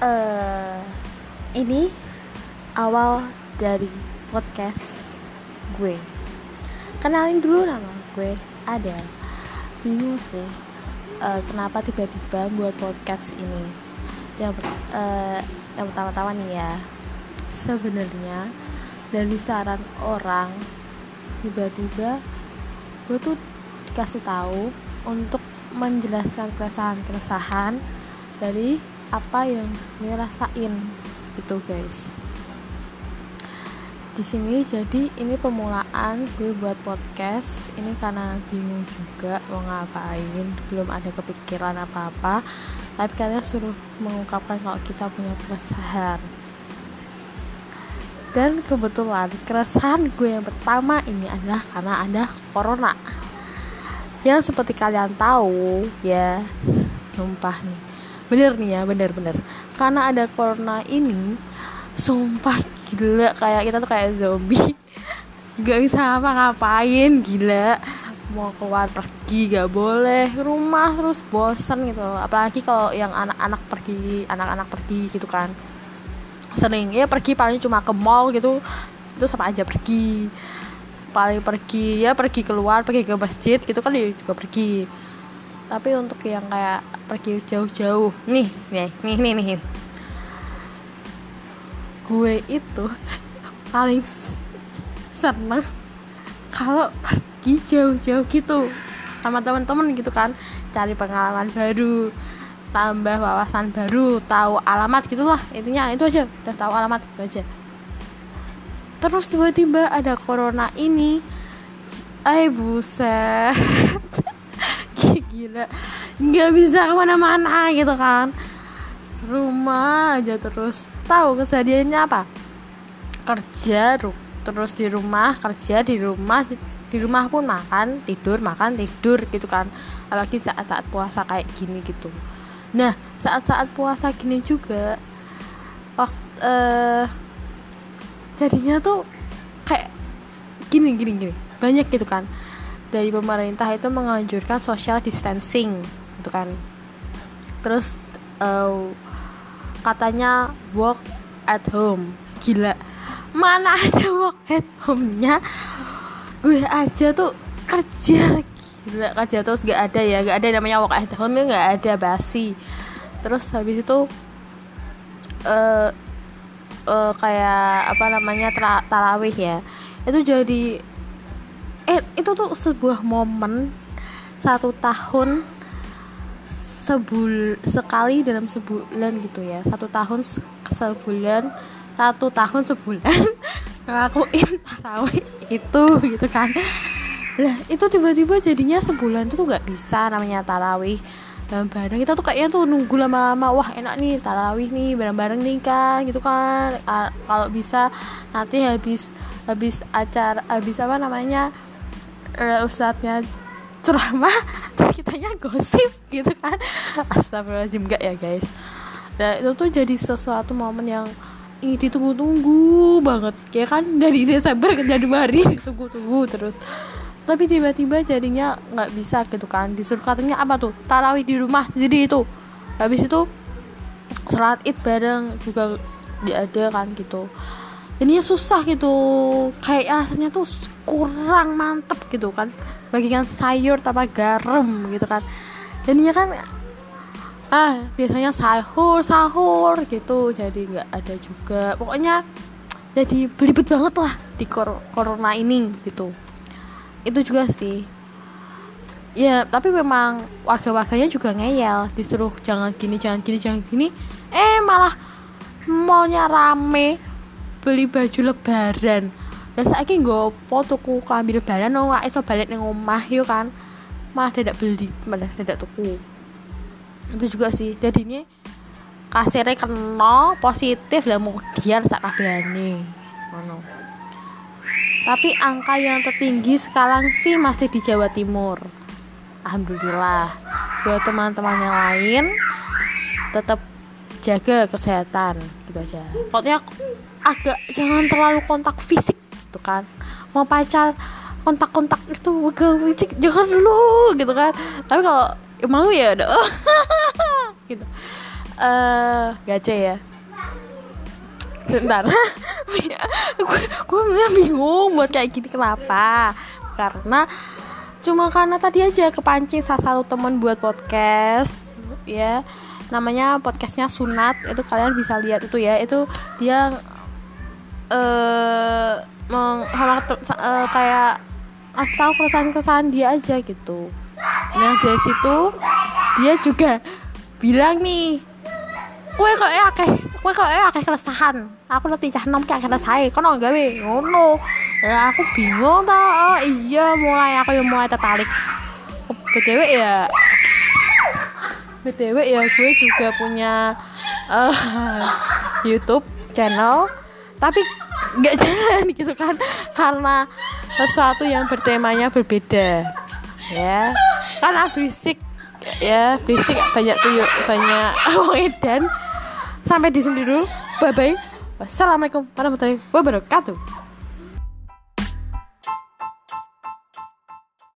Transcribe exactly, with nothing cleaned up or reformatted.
uh, ini awal dari podcast gue. Kenalin dulu nama gue, Ada. Bingung sih uh, kenapa tiba-tiba buat podcast ini. Yang uh, yang pertama-tama nih ya, sebenarnya dari saran orang, tiba-tiba gue tuh dikasih tahu untuk menjelaskan keresahan-keresahan dari apa yang gue rasain gitu guys. Di sini jadi ini pemulaan gue buat podcast ini karena bingung juga mau ngapain, belum ada kepikiran apa-apa, tapi kalian suruh mengungkapkan kalau kita punya keresahan. Dan kebetulan keresahan gue yang pertama ini adalah karena ada corona. Yang seperti kalian tahu ya, sumpah nih, bener nih ya, bener-bener karena ada corona ini, sumpah gila, kayak kita tuh kayak zombie, gak bisa apa-ngapain, gila. Mau keluar pergi gak boleh, rumah terus bosan gitu. Apalagi kalau yang anak-anak pergi, anak-anak pergi gitu kan, sering ya pergi paling cuma ke mall gitu, itu sama aja pergi. Paling pergi ya pergi keluar, pergi ke masjid gitu kan dia juga pergi. Tapi untuk yang kayak pergi jauh-jauh nih, nih, nih, nih, nih. Gue itu paling seneng kalau pergi jauh-jauh gitu sama teman-teman gitu kan, cari pengalaman baru, tambah wawasan baru, tahu alamat gitulah, intinya itu aja, udah tahu alamat itu aja. Terus tiba-tiba ada corona ini, ay buset, gila, nggak bisa kemana-mana gitu kan, rumah aja terus. Tahu kesehariannya apa? Kerja, terus di rumah, kerja di rumah, di rumah pun makan, tidur, makan, tidur gitu kan. Apalagi saat-saat puasa kayak gini gitu. Nah, saat-saat puasa gini juga, waktu uh, jadinya tuh kayak gini, gini, gini, banyak gitu kan. Dari pemerintah itu menganjurkan social distancing gitu kan. Terus uh, katanya work at home. Gila, mana ada work at home-nya. Gue aja tuh kerja, gila, kerja terus gak ada ya, gak ada namanya work at home, gak ada, basi. Terus habis itu uh, uh, kayak apa namanya tra- tarawih ya, itu jadi eh itu tuh sebuah momen satu tahun sebul sekali dalam sebulan gitu ya, satu tahun sebulan satu tahun sebulan ngelakuin tarawih itu gitu kan. Lah itu tiba-tiba jadinya sebulan itu tuh nggak bisa namanya tarawih bareng-bareng. Kita tuh kayaknya tuh nunggu lama-lama, wah enak nih tarawih nih bareng-bareng nih kan gitu kan. A- kalau bisa nanti habis habis acara, habis apa namanya uh, ustadznya ceramah terus kitanya gosip gitu kan. Astagfirullahaladzim, enggak ya guys. Dan itu tuh jadi sesuatu momen yang ini ditunggu-tunggu banget, kayak kan dari Desember ke Januari ditunggu-tunggu terus. Tapi tiba-tiba jadinya nggak bisa gitu kan. Disuruh katanya apa tuh, tarawih di rumah. Jadi itu habis itu sholat id bareng juga ada kan gitu. Jadinya susah gitu, kayak rasanya tuh kurang mantep gitu kan, bagikan sayur tanpa garam gitu kan. Jadinya kan ah biasanya sahur sahur gitu, jadi nggak ada juga. Pokoknya jadi belibet banget lah di kor- corona ini gitu. Itu juga sih ya, tapi memang warga-warganya juga ngeyel, disuruh jangan gini jangan gini jangan gini, eh malah mallnya rame beli baju lebaran. Lah saiki nggopo tuku klambi lebaran nang gak iso balik ning omah yo kan, malah dadak beli, malah dadak tuku. Itu juga sih, jadinya kasirnya kena positif lah, kemudian sak kabehane ngono. Tapi angka yang tertinggi sekarang sih masih di Jawa Timur. Alhamdulillah. Buat teman-teman yang lain tetap jaga kesehatan gitu aja. Pokoknya agak jangan terlalu kontak fisik gitu kan. Mau pacar kontak-kontak itu fisik jangan dulu gitu kan. Tapi kalau mau ya udah gitu. eh gace ya. Bentar. gue gue bingung buat kayak gini kenapa? Karena cuma karena tadi aja kepancing salah satu teman buat podcast ya. Namanya podcastnya Sunat. Itu kalian bisa lihat itu ya. Itu dia eh meng, uh, kayak ngasih tahu keresahan-keresahan dia aja gitu. Nah dari situ dia juga bilang nih, kue kok ya akeh, kue kok ya akeh keresahan. Aku nanti cah nom kayak kena saya, kono gawe ngono. Lah aku bingung tau. Oh iya, mulai aku yang mulai tertarik. btw ya, btw ya gue juga punya uh, YouTube channel, tapi nggak jalan gitu kan, karena sesuatu yang bertemanya berbeda. Ya, kan berisik ya, berisik banyak tuyul, banyak edan. Sampai di sini dulu, bye bye. Wassalamualaikum warahmatullahi wabarakatuh.